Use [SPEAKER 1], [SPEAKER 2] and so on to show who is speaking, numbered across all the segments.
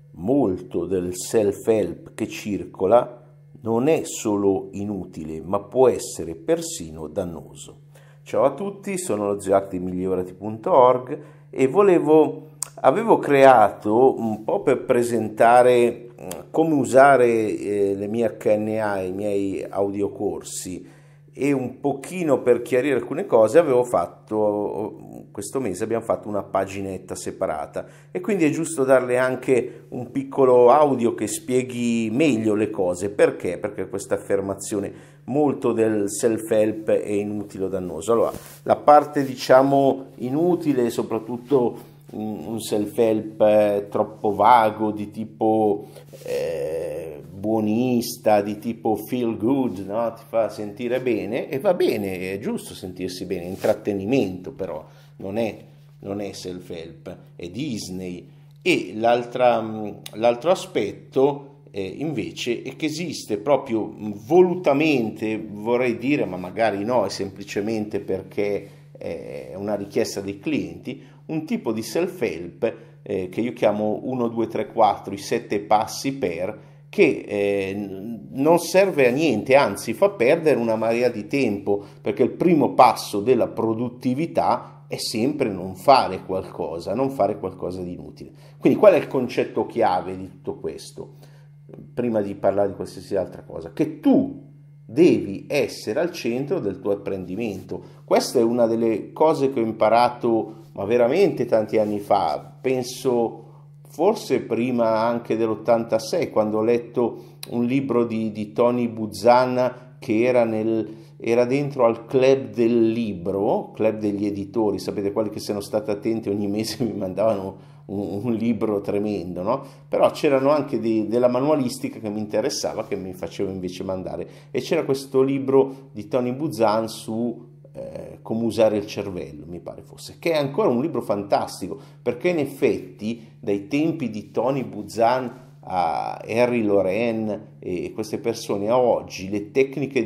[SPEAKER 1] molto del self-help che circola non è solo inutile, ma può essere persino dannoso. Ciao a tutti, sono lo zioartimigliorati.org e avevo creato un po' per presentare come usare le mie HNA, i miei audiocorsi, e un pochino per chiarire alcune cose. Questo mese abbiamo fatto una paginetta separata e quindi è giusto darle anche un piccolo audio che spieghi meglio le cose. Perché? Perché questa affermazione molto del self-help è inutile o dannoso. Allora, la parte diciamo inutile, soprattutto un self-help troppo vago, di tipo buonista, di tipo feel good, no? Ti fa sentire bene, e va bene, è giusto sentirsi bene, intrattenimento, però non è self-help, è Disney. E l'altro aspetto invece è che esiste proprio volutamente, vorrei dire, ma magari no, è semplicemente perché è una richiesta dei clienti, un tipo di self-help che io chiamo 1, 2, 3, 4, i 7 passi che non serve a niente, anzi fa perdere una marea di tempo, perché il primo passo della produttività è sempre non fare qualcosa di inutile. Quindi qual è il concetto chiave di tutto questo? Prima di parlare di qualsiasi altra cosa, che tu devi essere al centro del tuo apprendimento. Questa è una delle cose che ho imparato ma veramente tanti anni fa, penso forse prima anche dell'86, quando ho letto un libro di Tony Buzan che era dentro al club del libro, club degli editori, sapete, quelli che sono stati attenti ogni mese mi mandavano un libro tremendo, no? Però c'erano anche della manualistica che mi interessava, che mi faceva invece mandare, e c'era questo libro di Tony Buzan su come usare il cervello, mi pare fosse, che è ancora un libro fantastico, perché in effetti dai tempi di Tony Buzan a Henry Loren e queste persone a oggi, le tecniche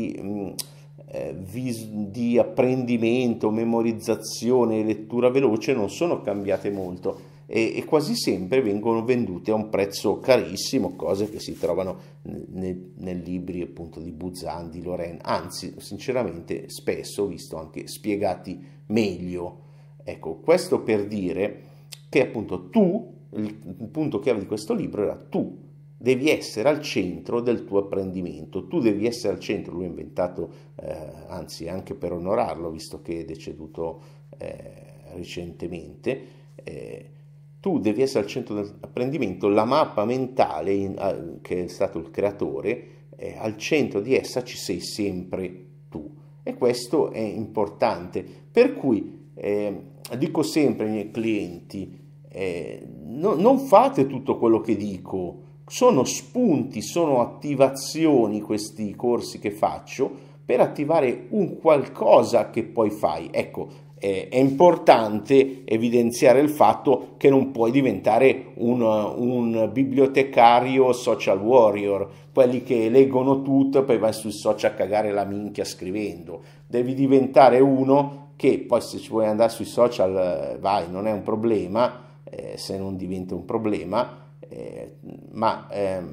[SPEAKER 1] di apprendimento, memorizzazione e lettura veloce non sono cambiate molto, e quasi sempre vengono vendute a un prezzo carissimo, cose che si trovano nei libri appunto di Buzan, di Loren, anzi sinceramente spesso ho visto anche spiegati meglio. Ecco, questo per dire che appunto il punto chiave di questo libro era: tu devi essere al centro del tuo apprendimento, tu devi essere al centro. Lui ha inventato, anzi anche per onorarlo, visto che è deceduto recentemente, tu devi essere al centro dell'apprendimento. La mappa mentale, che è stato il creatore, al centro di essa ci sei sempre tu, e questo è importante. Per cui dico sempre ai miei clienti, non fate tutto quello che dico, sono spunti, sono attivazioni questi corsi che faccio per attivare un qualcosa che poi fai. Ecco, è importante evidenziare il fatto che non puoi diventare un bibliotecario social warrior, quelli che leggono tutto e poi vai sui social a cagare la minchia scrivendo. Devi diventare uno che poi, se ci vuoi andare sui social, vai, non è un problema, se non diventa un problema, ma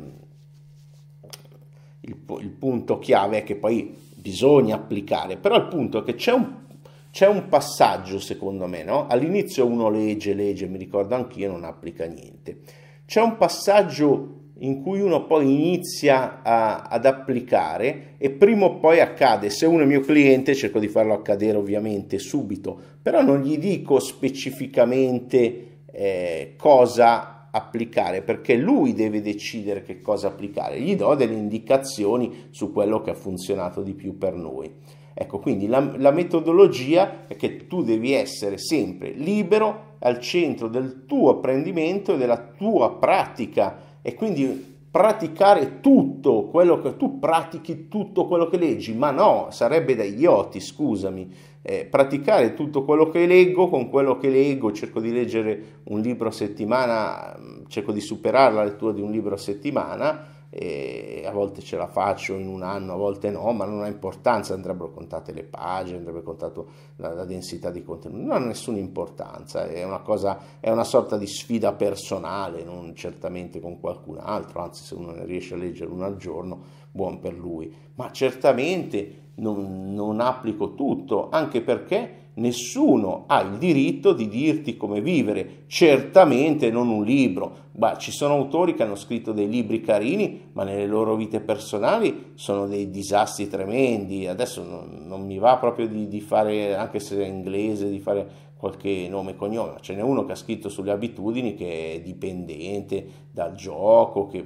[SPEAKER 1] il punto chiave è che poi bisogna applicare. Però il punto è che c'è un passaggio, secondo me, no? All'inizio uno legge, mi ricordo anch'io, non applica niente. C'è un passaggio in cui uno poi inizia ad applicare, e prima o poi accade. Se uno è mio cliente cerco di farlo accadere ovviamente subito, però non gli dico specificamente cosa applicare, perché lui deve decidere che cosa applicare. Gli do delle indicazioni su quello che ha funzionato di più per noi. Ecco, quindi la metodologia è che tu devi essere sempre libero, al centro del tuo apprendimento e della tua pratica, e quindi praticare tutto quello che tu pratichi, tutto quello che leggi. Ma no, sarebbe da idioti, scusami. Praticare tutto quello che leggo con quello che leggo. Cerco di leggere un libro a settimana, cerco di superare la lettura di un libro a settimana, e a volte ce la faccio in un anno, a volte no, ma non ha importanza, andrebbero contate le pagine, andrebbe contato la densità di contenuto, non ha nessuna importanza, è una cosa, è una sorta di sfida personale, non certamente con qualcun altro, anzi se uno ne riesce a leggere uno al giorno, buon per lui, ma certamente non applico tutto, anche perché nessuno ha il diritto di dirti come vivere, certamente non un libro. Ci sono autori che hanno scritto dei libri carini, ma nelle loro vite personali sono dei disastri tremendi. Adesso non mi va proprio di fare, anche se è inglese, di fare qualche nome e cognome, ma ce n'è uno che ha scritto sulle abitudini, che è dipendente dal gioco, che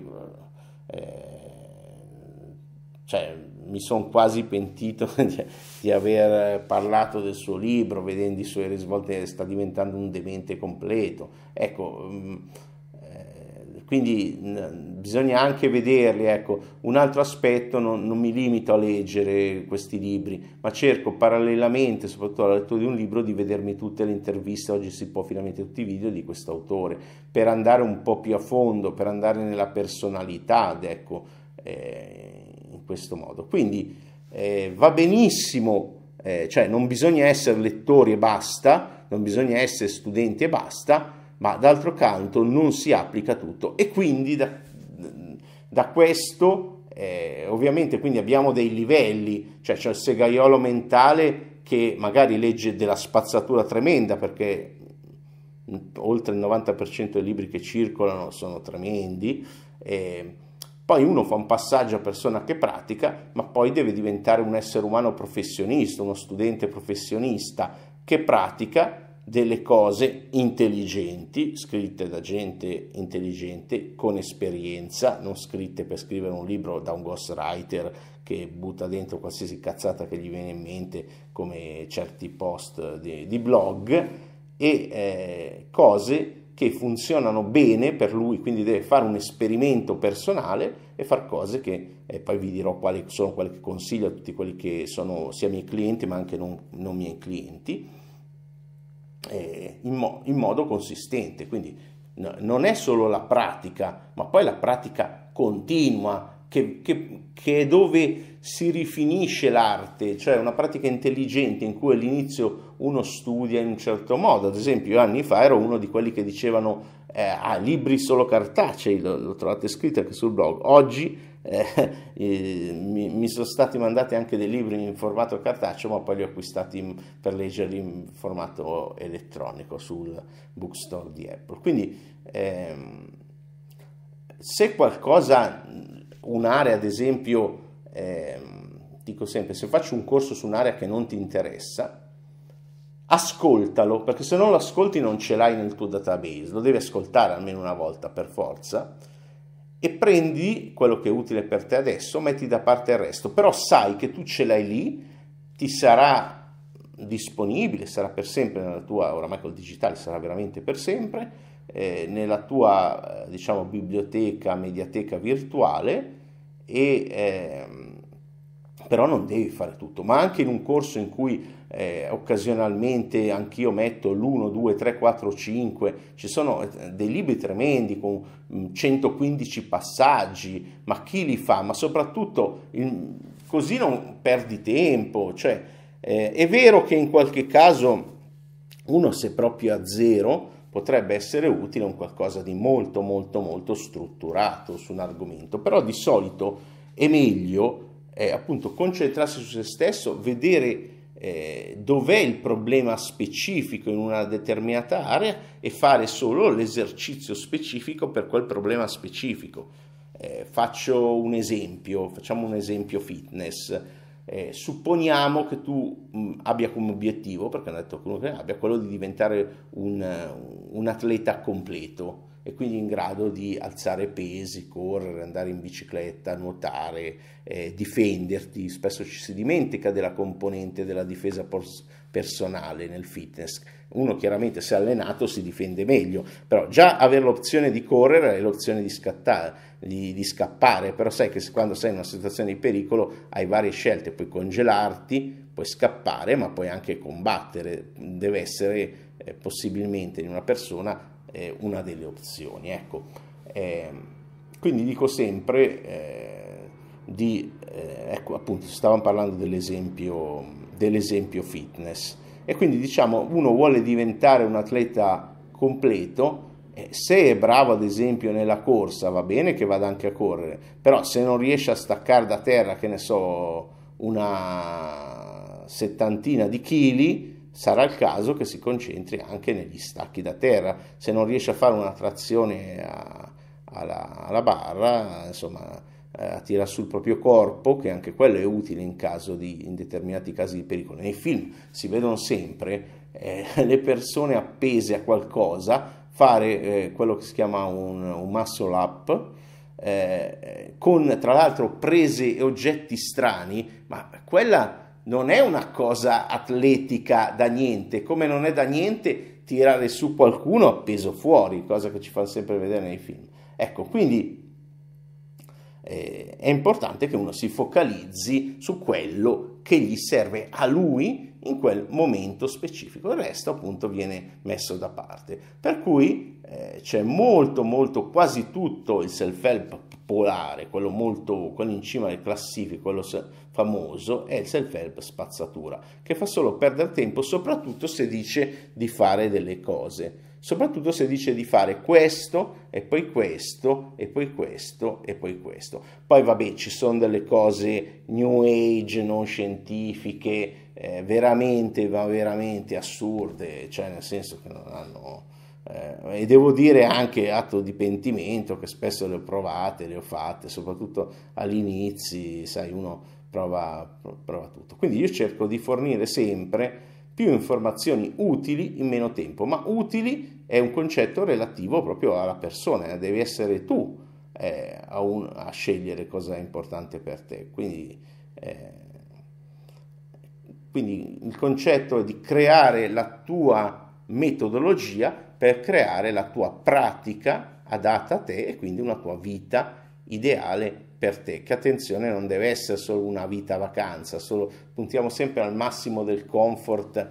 [SPEAKER 1] cioè mi sono quasi pentito di aver parlato del suo libro, vedendo i suoi risvolti, sta diventando un demente completo. Ecco, quindi bisogna anche vederli. Ecco, un altro aspetto, non mi limito a leggere questi libri, ma cerco parallelamente, soprattutto alla lettura di un libro, di vedermi tutte le interviste, oggi si può finalmente tutti i video di questo autore, per andare un po' più a fondo, per andare nella personalità, ecco, in questo modo. Quindi va benissimo, cioè non bisogna essere lettori e basta, non bisogna essere studenti e basta, ma d'altro canto non si applica tutto, e quindi da questo ovviamente quindi abbiamo dei livelli, cioè c'è il segaiolo mentale che magari legge della spazzatura tremenda, perché oltre il 90% dei libri che circolano sono tremendi, poi uno fa un passaggio a persona che pratica, ma poi deve diventare un essere umano professionista, uno studente professionista che pratica delle cose intelligenti, scritte da gente intelligente, con esperienza, non scritte per scrivere un libro da un ghostwriter che butta dentro qualsiasi cazzata che gli viene in mente, come certi post di blog, e cose che funzionano bene per lui, quindi deve fare un esperimento personale e far cose che poi vi dirò quali sono, quelle che consiglio a tutti quelli che sono sia miei clienti ma anche non miei clienti, in modo consistente. Quindi non è solo la pratica, ma poi la pratica continua, che è dove si rifinisce l'arte, cioè una pratica intelligente in cui all'inizio uno studia in un certo modo. Ad esempio, io anni fa ero uno di quelli che dicevano libri solo cartacei, lo trovate scritto anche sul blog. Oggi mi sono stati mandati anche dei libri in formato cartaceo, ma poi li ho acquistati per leggerli in formato elettronico sul bookstore di Apple. Quindi se qualcosa, un'area ad esempio, dico sempre, se faccio un corso su un'area che non ti interessa, ascoltalo, perché se non lo ascolti non ce l'hai nel tuo database, lo devi ascoltare almeno una volta per forza, e prendi quello che è utile per te adesso, metti da parte il resto, però sai che tu ce l'hai lì, ti sarà disponibile, sarà per sempre nella tua, oramai col digitale sarà veramente per sempre, nella tua diciamo biblioteca, mediateca virtuale, e però non devi fare tutto. Ma anche in un corso in cui occasionalmente anch'io metto l'1, 2, 3, 4, 5, ci sono dei libri tremendi con 115 passaggi, ma chi li fa? Ma soprattutto così non perdi tempo. Cioè è vero che in qualche caso uno, se proprio a zero, potrebbe essere utile un qualcosa di molto molto molto strutturato su un argomento, però di solito è meglio appunto concentrarsi su se stesso, vedere dov'è il problema specifico in una determinata area e fare solo l'esercizio specifico per quel problema specifico. Facciamo un esempio fitness. Supponiamo che tu abbia come obiettivo, perché hanno detto che abbia quello di diventare un atleta completo, e quindi in grado di alzare pesi, correre, andare in bicicletta, nuotare, difenderti. Spesso ci si dimentica della componente della difesa personale nel fitness. Uno chiaramente, se è allenato, si difende meglio, però già avere l'opzione di correre è l'opzione di scappare, però sai che quando sei in una situazione di pericolo hai varie scelte: puoi congelarti, puoi scappare, ma puoi anche combattere. Deve essere possibilmente in una persona una delle opzioni, ecco. Quindi dico sempre ecco appunto, stavamo parlando dell'esempio fitness, e quindi diciamo uno vuole diventare un atleta completo, se è bravo ad esempio nella corsa va bene che vada anche a correre, però se non riesce a staccare da terra, che ne so, una settantina di chili, sarà il caso che si concentri anche negli stacchi da terra. Se non riesce a fare una trazione alla barra, insomma, a tirare sul proprio corpo, che anche quello è utile in determinati casi di pericolo. Nei film si vedono sempre le persone appese a qualcosa fare quello che si chiama un muscle up, con tra l'altro prese e oggetti strani, ma quella non è una cosa atletica da niente, come non è da niente tirare su qualcuno appeso fuori, cosa che ci fanno sempre vedere nei film. Ecco, quindi è importante che uno si focalizzi su quello che gli serve a lui in quel momento specifico, il resto appunto viene messo da parte. Per cui c'è molto, quasi tutto il self-help popolare, quello in cima alle classifiche, quello famoso, è il self-help spazzatura, che fa solo perdere tempo, soprattutto se dice di fare delle cose. Soprattutto se dice di fare questo e poi questo e poi questo e poi questo. Poi vabbè, ci sono delle cose new age, non scientifiche, veramente assurde, cioè nel senso che non hanno, e devo dire anche atto di pentimento, che spesso le ho provate, le ho fatte, soprattutto all'inizio, sai, uno prova tutto. Quindi io cerco di fornire sempre più informazioni utili in meno tempo, ma utili è un concetto relativo proprio alla persona, devi essere tu a scegliere cosa è importante per te. Quindi il concetto è di creare la tua metodologia per creare la tua pratica adatta a te e quindi una tua vita ideale per te, che attenzione non deve essere solo una vita vacanza, puntiamo sempre al massimo del comfort.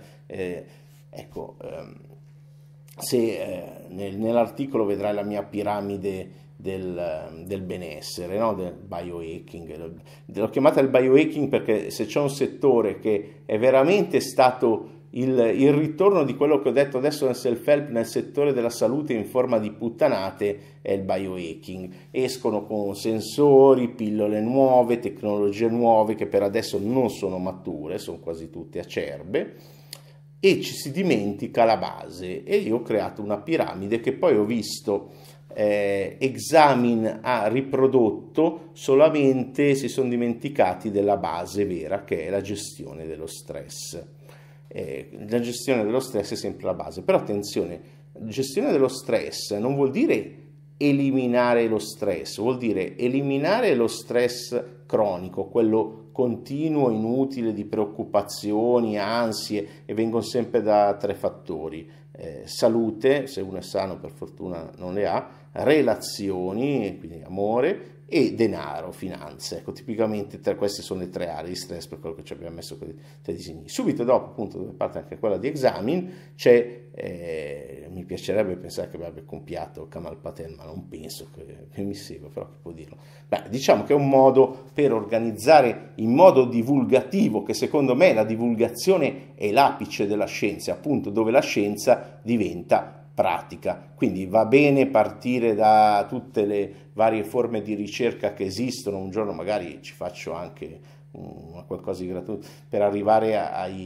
[SPEAKER 1] Nell'articolo vedrai la mia piramide del benessere, no? Del biohacking. L'ho chiamata il biohacking perché se c'è un settore che è veramente stato il ritorno di quello che ho detto adesso nel self-help nel settore della salute in forma di puttanate, è il biohacking. Escono con sensori, pillole nuove, tecnologie nuove che per adesso non sono mature, sono quasi tutte acerbe, e ci si dimentica la base. E io ho creato una piramide che poi ho visto Examine ha riprodotto, solamente si sono dimenticati della base vera, che è la gestione dello stress. La gestione dello stress è sempre la base, però attenzione, gestione dello stress non vuol dire eliminare lo stress, vuol dire eliminare lo stress cronico, quello continuo, inutile, di preoccupazioni, ansie, e vengono sempre da 3 fattori: salute, se uno è sano per fortuna non le ha, relazioni, quindi amore, e denaro, finanze. Ecco, tipicamente queste sono le 3 aree di stress, per quello che ci abbiamo messo quei 3 disegni. Subito dopo, appunto, dove parte anche quella di Examine, c'è, mi piacerebbe pensare che abbia compiato Kamal Patel, ma non penso che mi segua, però chi può dirlo? Diciamo che è un modo per organizzare in modo divulgativo, che secondo me la divulgazione è l'apice della scienza, appunto dove la scienza diventa pratica. Quindi va bene partire da tutte le varie forme di ricerca che esistono, un giorno magari ci faccio anche qualcosa di gratuito per arrivare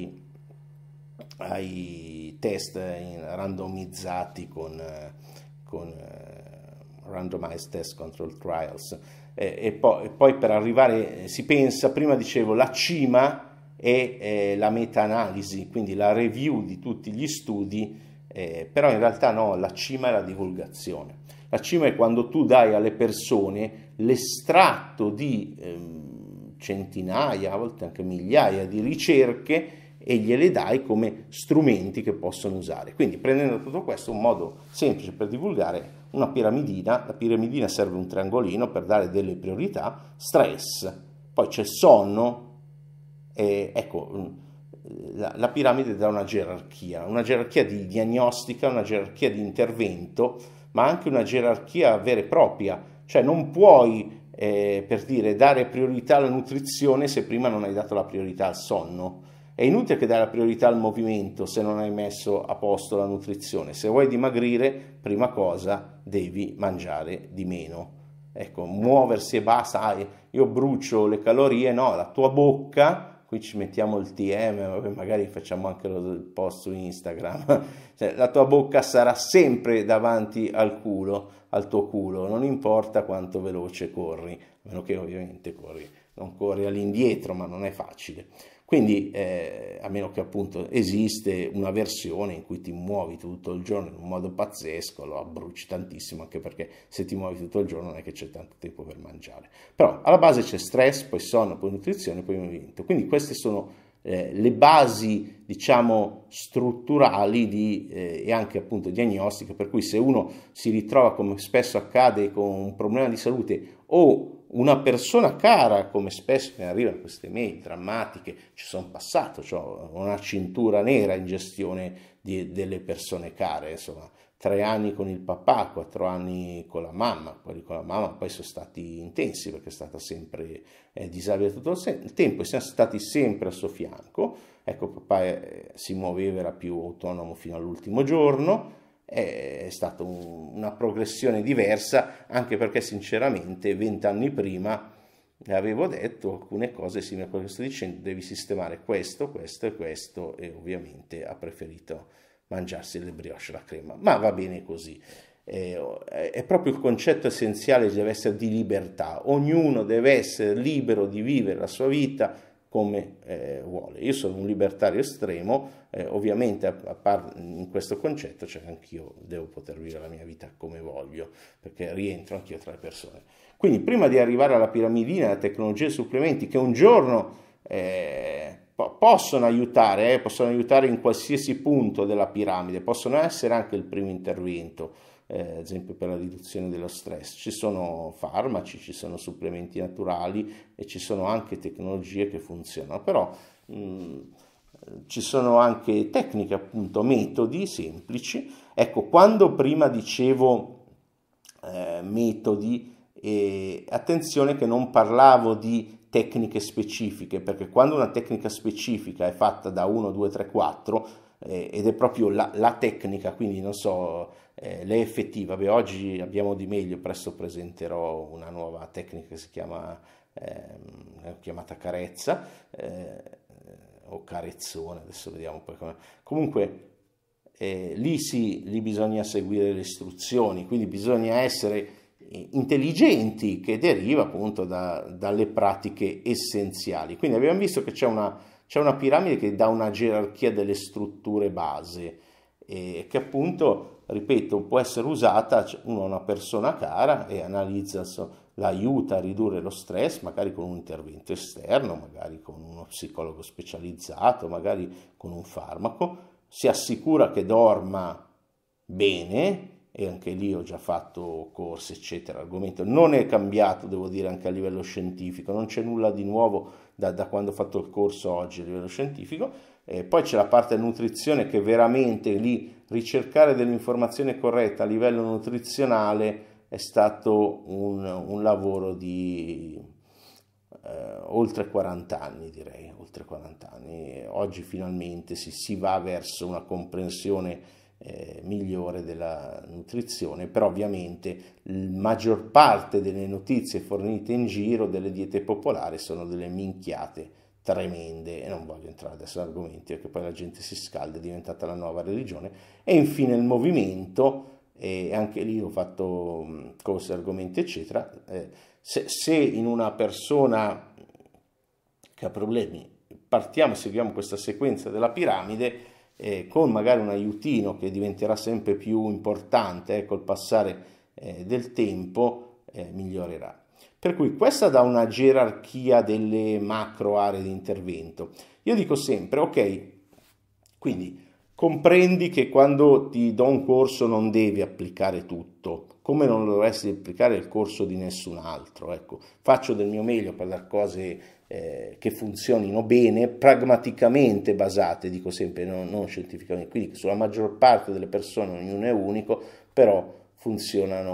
[SPEAKER 1] ai test randomizzati con randomized test control trials, e poi per arrivare, si pensa, prima dicevo, la cima è la meta-analisi, quindi la review di tutti gli studi. Però in realtà no, la cima è la divulgazione. La cima è quando tu dai alle persone l'estratto di centinaia, a volte anche migliaia di ricerche, e gliele dai come strumenti che possono usare. Quindi, prendendo tutto questo, un modo semplice per divulgare una piramidina. La piramidina serve un triangolino per dare delle priorità: stress, poi c'è sonno, ecco. La piramide dà una gerarchia di diagnostica, una gerarchia di intervento, ma anche una gerarchia vera e propria, Cioè non puoi, per dire, dare priorità alla nutrizione se prima non hai dato la priorità al sonno. È inutile che dai la priorità al movimento se non hai messo a posto la nutrizione. Se vuoi dimagrire, prima cosa devi mangiare di meno. Ecco, muoversi e basta. Io brucio le calorie, no, la tua bocca, qui ci mettiamo il TM, magari facciamo anche il post su Instagram, cioè, la tua bocca sarà sempre davanti al tuo culo, non importa quanto veloce corri, a meno che ovviamente non corri all'indietro, ma non è facile. Quindi, a meno che appunto esiste una versione in cui ti muovi tutto il giorno in un modo pazzesco, lo abbruci tantissimo, anche perché se ti muovi tutto il giorno non è che c'è tanto tempo per mangiare. Però alla base c'è stress, poi sonno, poi nutrizione, poi movimento. Quindi queste sono le basi, diciamo, strutturali e anche appunto diagnostiche, per cui se uno si ritrova, come spesso accade, con un problema di salute o una persona cara, come spesso mi arrivano queste mail drammatiche, ci sono passato, ho una cintura nera in gestione delle persone care, insomma, 3 anni con il papà, 4 anni con la mamma, quelli con la mamma poi sono stati intensi perché è stata sempre disabile tutto il tempo e siamo stati sempre al suo fianco. Ecco, papà si muoveva, era più autonomo fino all'ultimo giorno. È stata una progressione diversa, anche perché sinceramente 20 anni prima avevo detto alcune cose simili a quello che sto dicendo: devi sistemare questo, questo e questo, e ovviamente ha preferito mangiarsi le brioche alla crema, ma va bene così. È proprio il concetto essenziale, deve essere di libertà, ognuno deve essere libero di vivere la sua vita come vuole. Io sono un libertario estremo, ovviamente in questo concetto, cioè anch'io devo poter vivere la mia vita come voglio, perché rientro anch'io tra le persone. Quindi prima di arrivare alla piramidina, alla tecnologia e supplementi, che un giorno possono aiutare in qualsiasi punto della piramide, possono essere anche il primo intervento, ad esempio per la riduzione dello stress. Ci sono farmaci, ci sono supplementi naturali e ci sono anche tecnologie che funzionano, però ci sono anche tecniche, appunto, metodi semplici. Ecco, quando prima dicevo metodi, attenzione che non parlavo di tecniche specifiche, perché quando una tecnica specifica è fatta da 1, 2, 3, 4 ed è proprio la tecnica, quindi non so, le effettive. Vabbè, oggi abbiamo di meglio, presto presenterò una nuova tecnica che si chiama chiamata carezza o carezzone, adesso vediamo poi come. Comunque lì bisogna seguire le istruzioni, quindi bisogna essere intelligenti, che deriva appunto dalle pratiche essenziali. Quindi abbiamo visto che c'è una piramide che dà una gerarchia delle strutture base e che appunto, ripeto, può essere usata. Uno ha una persona cara e analizza, l'aiuta a ridurre lo stress, magari con un intervento esterno, magari con uno psicologo specializzato, magari con un farmaco, si assicura che dorma bene, e anche lì ho già fatto corsi eccetera. L'argomento non è cambiato, devo dire, anche a livello scientifico, non c'è nulla di nuovo da quando ho fatto il corso oggi a livello scientifico. Poi c'è la parte nutrizione, che veramente lì ricercare dell'informazione corretta a livello nutrizionale è stato un lavoro di oltre 40 anni, direi, oltre 40 anni. Oggi finalmente si va verso una comprensione migliore della nutrizione, però ovviamente la maggior parte delle notizie fornite in giro delle diete popolari sono delle minchiate tremende, e non voglio entrare adesso in argomenti perché poi la gente si scalda, è diventata la nuova religione. E infine il movimento, e anche lì ho fatto corsi, argomenti eccetera. Se in una persona che ha problemi seguiamo questa sequenza della piramide, con magari un aiutino che diventerà sempre più importante col passare del tempo, migliorerà. Per cui questa dà una gerarchia delle macro aree di intervento. Io dico sempre, ok, quindi comprendi che quando ti do un corso non devi applicare tutto, come non dovresti applicare il corso di nessun altro. Ecco, faccio del mio meglio per dar cose che funzionino bene, pragmaticamente basate, dico sempre, non scientificamente, quindi sulla maggior parte delle persone ognuno è unico, però funzionano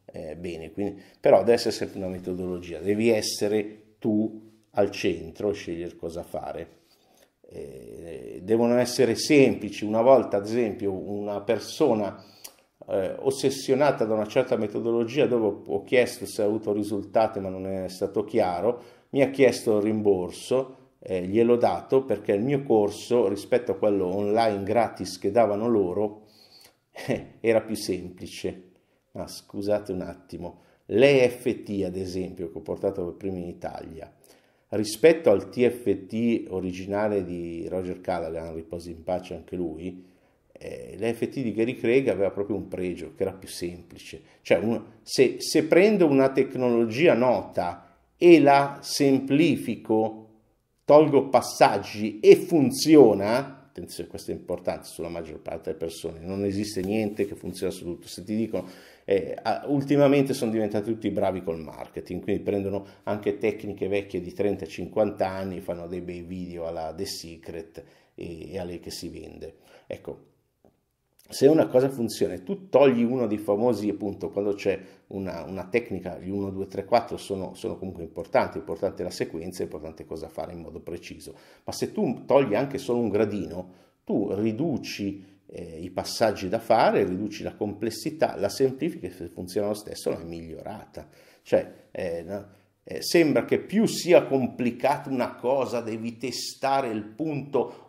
[SPEAKER 1] bene, quindi, però deve essere sempre una metodologia, devi essere tu al centro, scegliere cosa fare. Devono essere semplici. Una volta, ad esempio, una persona ossessionata da una certa metodologia, dove ho chiesto se ha avuto risultati ma non è stato chiaro, mi ha chiesto il rimborso, gliel'ho dato perché il mio corso rispetto a quello online gratis che davano loro era più semplice. Ma scusate un attimo, l'EFT ad esempio, che ho portato per primo in Italia, rispetto al TFT originale di Roger Callaghan, riposi in pace anche lui, l'EFT di Gary Craig aveva proprio un pregio, che era più semplice. Cioè, se prendo una tecnologia nota e la semplifico, tolgo passaggi e funziona, attenzione, questo è importante sulla maggior parte delle persone, non esiste niente che funziona su tutto. Se ti dicono, ultimamente sono diventati tutti bravi col marketing, quindi prendono anche tecniche vecchie di 30-50 anni, fanno dei bei video alla The Secret e a lei che si vende. Ecco, se una cosa funziona e tu togli uno dei famosi, appunto, quando c'è una tecnica, gli 1, 2, 3, 4 sono comunque importanti, è importante la sequenza, è importante cosa fare in modo preciso, ma se tu togli anche solo un gradino, tu riduci i passaggi da fare, riduci la complessità, la semplifichi e se funziona lo stesso l'hai migliorata. Cioè, sembra che più sia complicata una cosa, devi testare il punto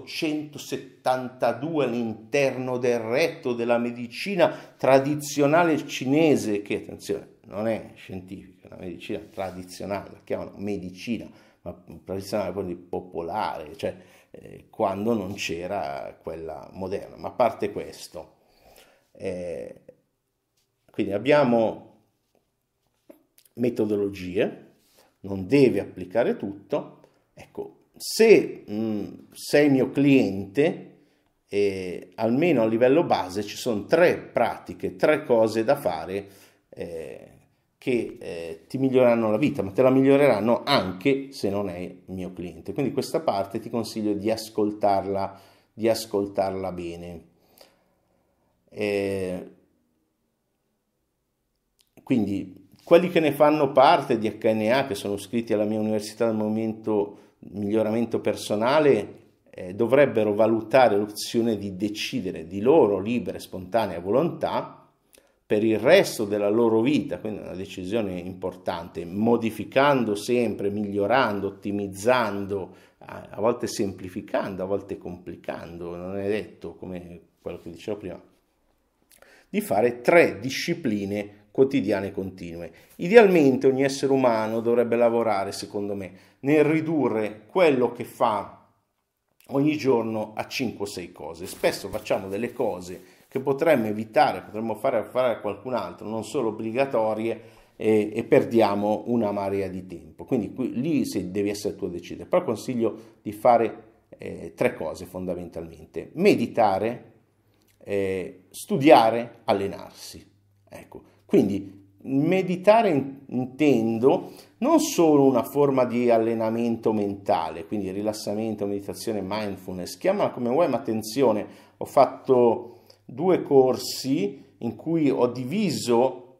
[SPEAKER 1] 872 all'interno del retto della medicina tradizionale cinese, che attenzione, non è scientifica, è una medicina tradizionale, la chiamano medicina, ma tradizionale quindi popolare, cioè quando non c'era quella moderna. Ma a parte questo, quindi abbiamo metodologie, non devi applicare tutto. Ecco, se sei mio cliente, almeno a livello base ci sono 3 pratiche, 3 cose da fare che ti miglioreranno la vita, ma te la miglioreranno anche se non è mio cliente. Quindi questa parte ti consiglio di ascoltarla bene. Quindi quelli che ne fanno parte di HNA, che sono iscritti alla mia università del movimento miglioramento personale, dovrebbero valutare l'opzione di decidere di loro libera e spontanea volontà per il resto della loro vita, quindi è una decisione importante, modificando sempre, migliorando, ottimizzando, a volte semplificando, a volte complicando, non è detto, come quello che dicevo prima, di fare 3 discipline quotidiane continue. Idealmente ogni essere umano dovrebbe lavorare, secondo me, nel ridurre quello che fa ogni giorno a 5 o 6 cose. Spesso facciamo delle cose che potremmo evitare, potremmo fare a qualcun altro, non solo obbligatorie, e perdiamo una marea di tempo. Quindi lì devi essere tu a decidere. Però consiglio di fare 3 cose fondamentalmente: meditare, studiare, allenarsi. Ecco, quindi meditare intendo non solo una forma di allenamento mentale, quindi rilassamento, meditazione, mindfulness, chiamala come vuoi, ma attenzione, ho fatto 2 corsi in cui ho diviso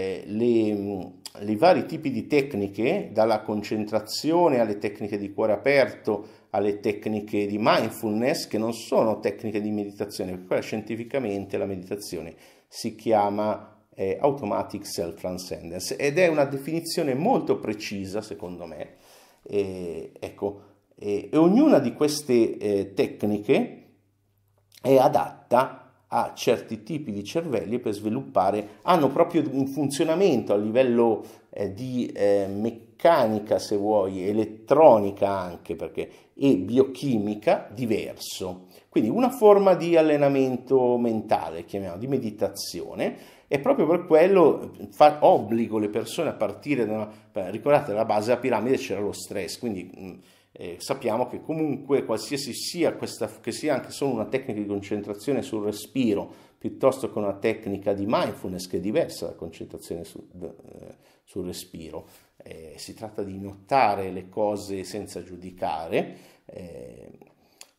[SPEAKER 1] i vari tipi di tecniche, dalla concentrazione alle tecniche di cuore aperto, alle tecniche di mindfulness, che non sono tecniche di meditazione, perché quella scientificamente la meditazione si chiama automatic self-transcendence ed è una definizione molto precisa, secondo me. Ecco, e ognuna di queste tecniche è adatta a certi tipi di cervelli per sviluppare, hanno proprio un funzionamento a livello di meccanica, se vuoi, elettronica anche, perché e biochimica diverso. Quindi una forma di allenamento mentale, chiamiamo, di meditazione, e proprio per quello obbligo le persone a partire ricordate, alla base della piramide c'era lo stress, quindi sappiamo che comunque qualsiasi sia questa, che sia anche solo una tecnica di concentrazione sul respiro piuttosto che una tecnica di mindfulness, che è diversa dalla concentrazione sul respiro, si tratta di notare le cose senza giudicare,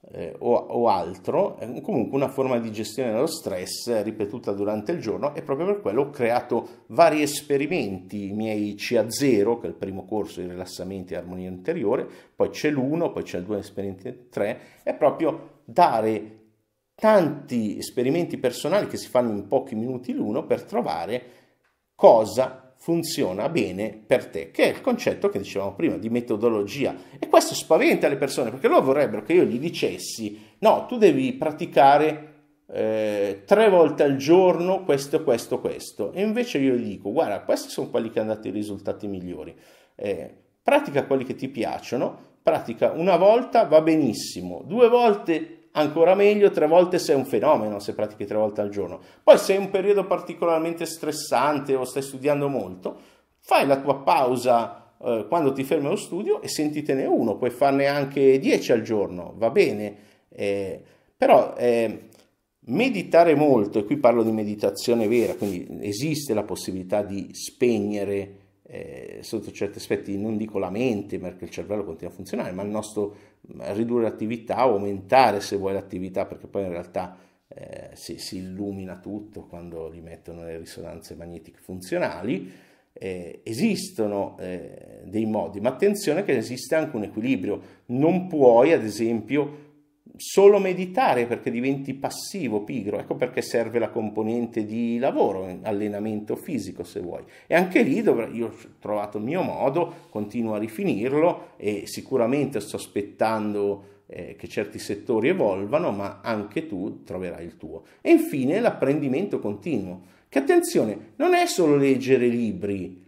[SPEAKER 1] o altro, comunque una forma di gestione dello stress ripetuta durante il giorno, e proprio per quello ho creato vari esperimenti, i miei CA0, che è il primo corso di rilassamento e armonia interiore, poi c'è l'1, poi c'è il 2, esperimenti 3, è proprio dare tanti esperimenti personali che si fanno in pochi minuti l'uno per trovare cosa funziona bene per te, che è il concetto che dicevamo prima di metodologia. E questo spaventa le persone, perché loro vorrebbero che io gli dicessi: no, tu devi praticare 3 volte al giorno questo, questo, questo, e invece io gli dico: guarda, questi sono quelli che hanno dato i risultati migliori, pratica quelli che ti piacciono, pratica una volta, va benissimo, 2 volte ancora meglio, 3 volte sei un fenomeno se pratichi 3 volte al giorno. Poi se è un periodo particolarmente stressante o stai studiando molto, fai la tua pausa quando ti fermi allo studio e sentitene uno, puoi farne anche 10 al giorno, va bene, però meditare molto, e qui parlo di meditazione vera, quindi esiste la possibilità di spegnere sotto certi aspetti, non dico la mente perché il cervello continua a funzionare, ma il nostro ridurre l'attività o aumentare se vuoi l'attività, perché poi in realtà si illumina tutto quando li mettono le risonanze magnetiche funzionali. Esistono dei modi, ma attenzione che esiste anche un equilibrio. Non puoi, ad esempio, solo meditare perché diventi passivo, pigro. Ecco perché serve la componente di lavoro, allenamento fisico se vuoi. E anche lì io ho trovato il mio modo, continuo a rifinirlo e sicuramente sto aspettando che certi settori evolvano, ma anche tu troverai il tuo. E infine l'apprendimento continuo, che attenzione, non è solo leggere libri,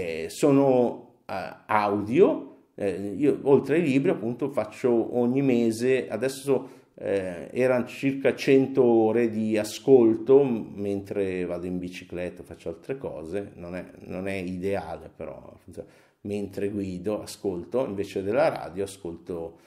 [SPEAKER 1] sono audio. Io oltre ai libri appunto faccio ogni mese, adesso erano circa 100 ore di ascolto mentre vado in bicicletta, faccio altre cose, non è ideale, però mentre guido ascolto, invece della radio ascolto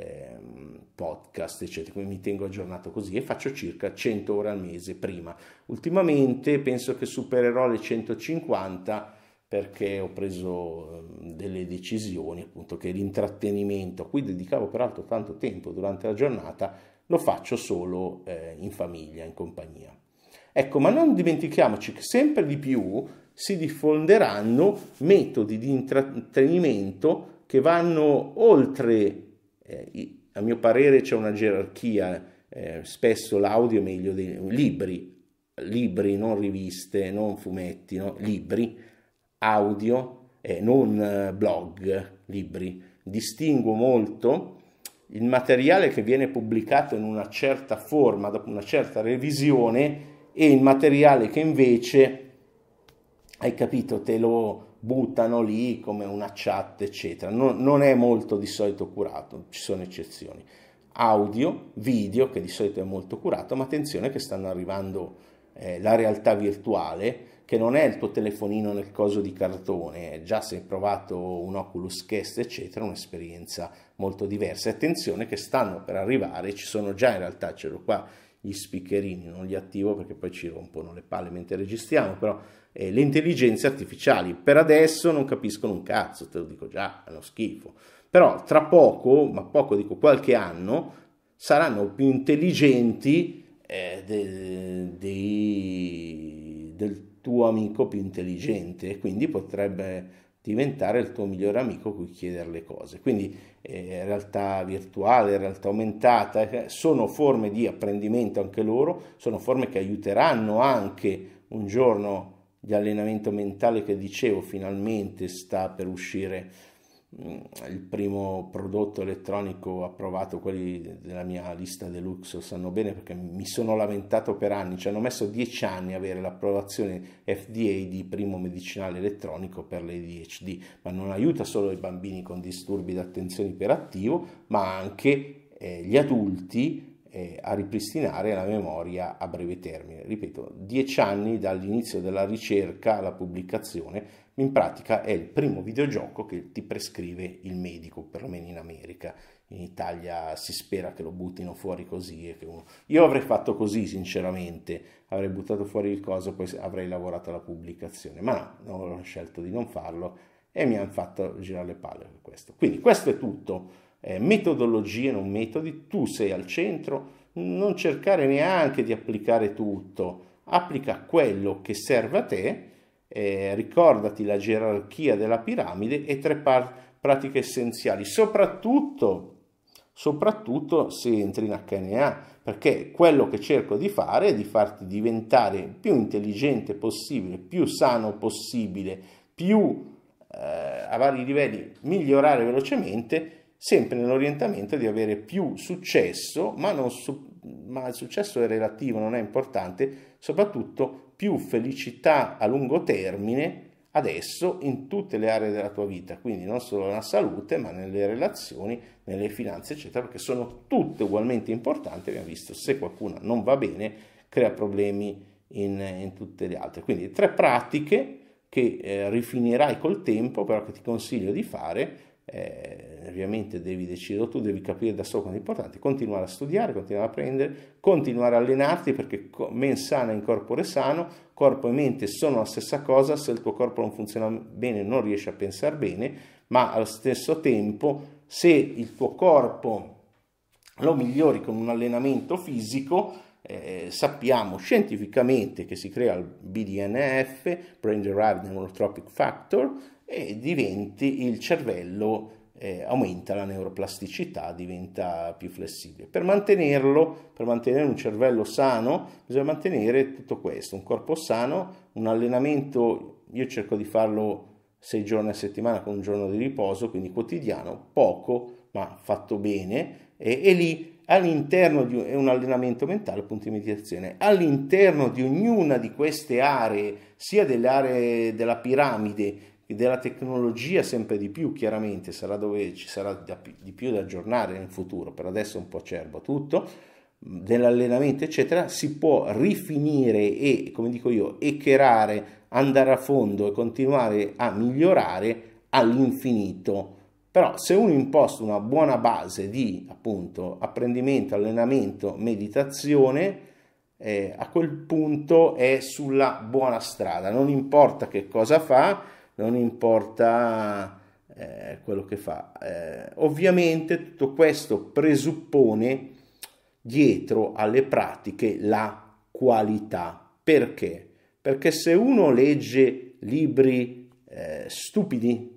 [SPEAKER 1] podcast eccetera, quindi mi tengo aggiornato così e faccio circa 100 ore al mese prima. Ultimamente penso che supererò le 150 perché ho preso delle decisioni, appunto, che l'intrattenimento, a cui dedicavo peraltro tanto tempo durante la giornata, lo faccio solo in famiglia, in compagnia. Ecco, ma non dimentichiamoci che sempre di più si diffonderanno metodi di intrattenimento che vanno oltre, a mio parere c'è una gerarchia, spesso l'audio è meglio dei libri, non riviste, non fumetti, no? Libri, audio, non blog, libri. Distingo molto il materiale che viene pubblicato in una certa forma, dopo una certa revisione, e il materiale che invece, hai capito, te lo buttano lì come una chat, eccetera. Non è molto di solito curato, ci sono eccezioni. Audio, video, che di solito è molto curato, ma attenzione che stanno arrivando la realtà virtuale, che non è il tuo telefonino nel coso di cartone, già se hai provato un Oculus Quest eccetera, un'esperienza molto diversa. E attenzione che stanno per arrivare, ci sono già in realtà, ce l'ho qua gli speakerini, non li attivo perché poi ci rompono le palle mentre registriamo, però le intelligenze artificiali per adesso non capiscono un cazzo, te lo dico già, hanno schifo, però tra poco, ma poco dico qualche anno, saranno più intelligenti del tuo amico più intelligente, e quindi potrebbe diventare il tuo migliore amico cui chiedere le cose. Quindi realtà virtuale, realtà aumentata, sono forme di apprendimento anche loro, sono forme che aiuteranno anche un giorno di allenamento mentale che dicevo, finalmente sta per uscire il primo prodotto elettronico approvato. Quelli della mia lista deluxe lo sanno bene perché mi sono lamentato per anni, ci hanno messo 10 anni a avere l'approvazione FDA di primo medicinale elettronico per l'ADHD, ma non aiuta solo i bambini con disturbi d'attenzione iperattivo, ma anche gli adulti a ripristinare la memoria a breve termine. Ripeto, 10 anni dall'inizio della ricerca alla pubblicazione. In pratica è il primo videogioco che ti prescrive il medico, perlomeno in America. In Italia si spera che lo buttino fuori così. Io avrei fatto così, sinceramente, avrei buttato fuori il coso, poi avrei lavorato alla pubblicazione, ma no, ho scelto di non farlo e mi hanno fatto girare le palle per questo. Quindi questo è tutto. metodologie, non metodi, tu sei al centro, non cercare neanche di applicare tutto, applica quello che serve a te, ricordati la gerarchia della piramide e tre pratiche essenziali, soprattutto se entri in HNA, perché quello che cerco di fare è di farti diventare più intelligente possibile, più sano possibile, più a vari livelli migliorare velocemente, sempre nell'orientamento di avere più successo, ma il successo è relativo, non è importante, soprattutto più felicità a lungo termine adesso in tutte le aree della tua vita, quindi non solo nella salute, ma nelle relazioni, nelle finanze, eccetera, perché sono tutte ugualmente importanti. Abbiamo visto, se qualcuna non va bene, crea problemi in tutte le altre. Quindi 3 pratiche che rifinirai col tempo, però che ti consiglio di fare. Ovviamente devi decidere tu, devi capire da solo quanto è importante, continuare a studiare, continuare a apprendere, continuare a allenarti, perché mens sana in corpore sano, corpo e mente sono la stessa cosa. Se il tuo corpo non funziona bene non riesci a pensare bene, ma allo stesso tempo se il tuo corpo lo migliori con un allenamento fisico, sappiamo scientificamente che si crea il BDNF, Brain Derived Neurotrophic Factor, e diventi il cervello, aumenta la neuroplasticità, diventa più flessibile. Per mantenere un cervello sano, bisogna mantenere tutto questo, un corpo sano, un allenamento. Io cerco di farlo 6 giorni a settimana con un giorno di riposo, quindi quotidiano, poco ma fatto bene, e lì all'interno di un allenamento mentale, appunto di meditazione, all'interno di ognuna di queste aree, sia delle aree della piramide che della tecnologia, sempre di più chiaramente, sarà dove ci sarà di più da aggiornare nel futuro, per adesso è un po' acerbo tutto, dell'allenamento eccetera, si può rifinire e, come dico io, hackerare, andare a fondo e continuare a migliorare all'infinito. Però se uno imposta una buona base di appunto apprendimento, allenamento, meditazione, a quel punto è sulla buona strada. Non importa che cosa fa, non importa quello che fa. Ovviamente tutto questo presuppone dietro alle pratiche la qualità. Perché? Perché se uno legge libri stupidi,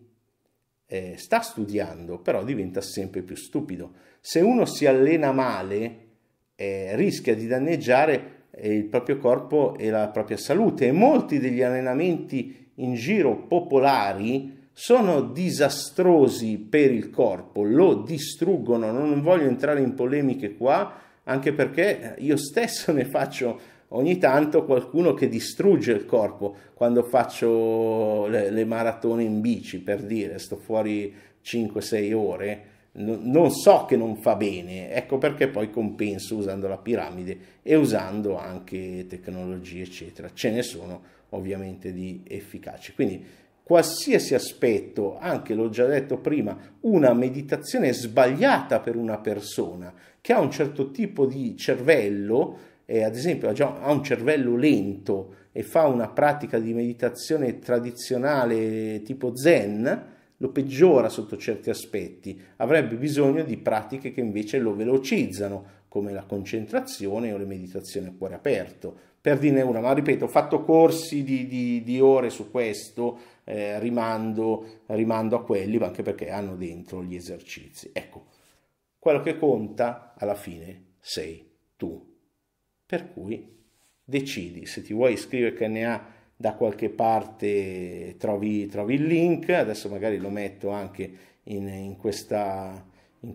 [SPEAKER 1] sta studiando, però diventa sempre più stupido. Se uno si allena male, rischia di danneggiare il proprio corpo e la propria salute, e molti degli allenamenti in giro popolari sono disastrosi per il corpo, lo distruggono. Non voglio entrare in polemiche qua, anche perché io stesso ne faccio ogni tanto qualcuno che distrugge il corpo quando faccio le maratone in bici, per dire, sto fuori 5-6 ore, non so che non fa bene, ecco perché poi compenso usando la piramide e usando anche tecnologie eccetera. Ce ne sono ovviamente di efficaci, quindi qualsiasi aspetto, anche l'ho già detto prima, una meditazione sbagliata per una persona che ha un certo tipo di cervello, ad esempio ha un cervello lento e fa una pratica di meditazione tradizionale tipo Zen, lo peggiora sotto certi aspetti. Avrebbe bisogno di pratiche che invece lo velocizzano, come la concentrazione o le meditazioni a cuore aperto, per dirne una. Ma ripeto, ho fatto corsi di ore su questo, rimando a quelli, anche perché hanno dentro gli esercizi. Ecco, quello che conta alla fine sei tu. Per cui decidi, se ti vuoi iscrivere HNA da qualche parte trovi il link, adesso magari lo metto anche in questa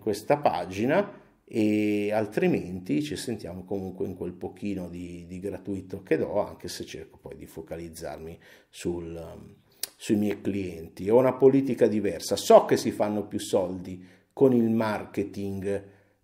[SPEAKER 1] pagina, e altrimenti ci sentiamo comunque in quel pochino di gratuito che do, anche se cerco poi di focalizzarmi sui miei clienti. Ho una politica diversa, so che si fanno più soldi con il marketing,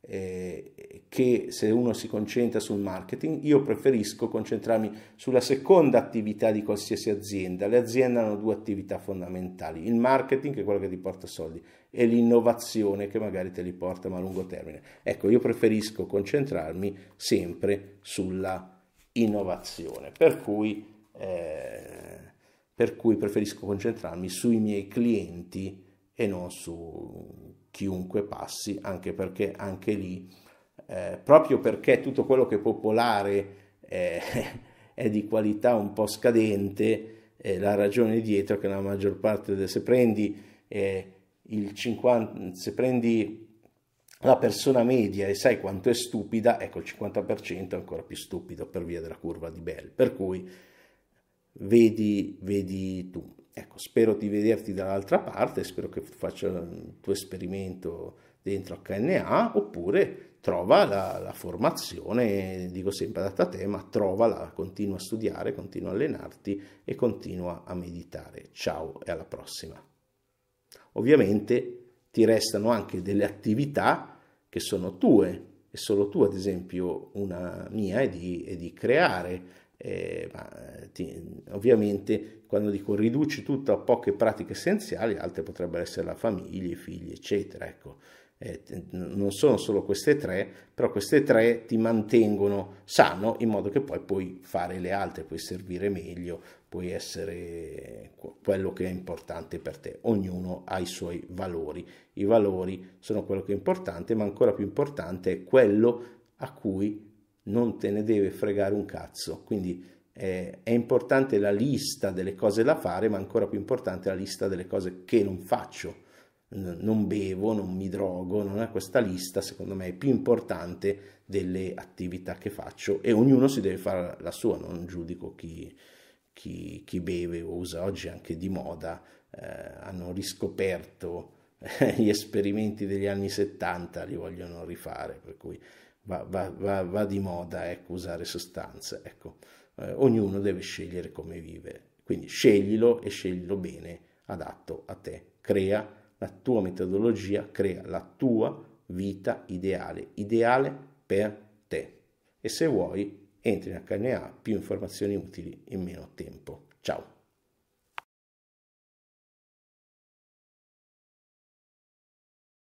[SPEAKER 1] che se uno si concentra sul marketing. Io preferisco concentrarmi sulla seconda attività di qualsiasi azienda. Le aziende hanno 2 attività fondamentali: il marketing, che è quello che ti porta soldi, e l'innovazione, che magari te li porta ma a lungo termine. Ecco, io preferisco concentrarmi sempre sulla innovazione, per cui preferisco concentrarmi sui miei clienti e non su chiunque passi, anche perché anche lì, proprio perché tutto quello che è popolare è di qualità un po' scadente, la ragione dietro è che la maggior parte, se prendi il 50, se prendi la persona media e sai quanto è stupida, ecco il 50% è ancora più stupido per via della curva di Bell, per cui vedi tu. Ecco, spero di vederti dall'altra parte, spero che tu faccia il tuo esperimento dentro HNA, oppure trova la formazione, dico sempre adatta a te, ma trovala, continua a studiare, continua a allenarti e continua a meditare. Ciao e alla prossima. Ovviamente ti restano anche delle attività che sono tue, e solo tu, ad esempio una mia è di creare. Ovviamente quando dico riduci tutto a poche pratiche essenziali, altre potrebbero essere la famiglia, i figli, eccetera. Ecco, non sono solo queste tre, però queste tre ti mantengono sano in modo che poi puoi fare le altre, puoi servire meglio, puoi essere quello che è importante per te. Ognuno ha i suoi valori. I valori sono quello che è importante, ma ancora più importante è quello a cui non te ne deve fregare un cazzo. Quindi è importante la lista delle cose da fare, ma ancora più importante la lista delle cose che non faccio. Non bevo, non mi drogo, non è questa lista, secondo me è più importante delle attività che faccio, e ognuno si deve fare la sua. Non giudico chi beve o usa. Oggi anche di moda, hanno riscoperto gli esperimenti degli anni 70, li vogliono rifare, per cui va di moda, ecco, usare sostanze. Ecco, ognuno deve scegliere come vivere, quindi sceglilo e sceglilo bene, adatto a te. Crea la tua metodologia, crea la tua vita ideale per te. E se vuoi, entri in HNA, più informazioni utili in meno tempo. Ciao!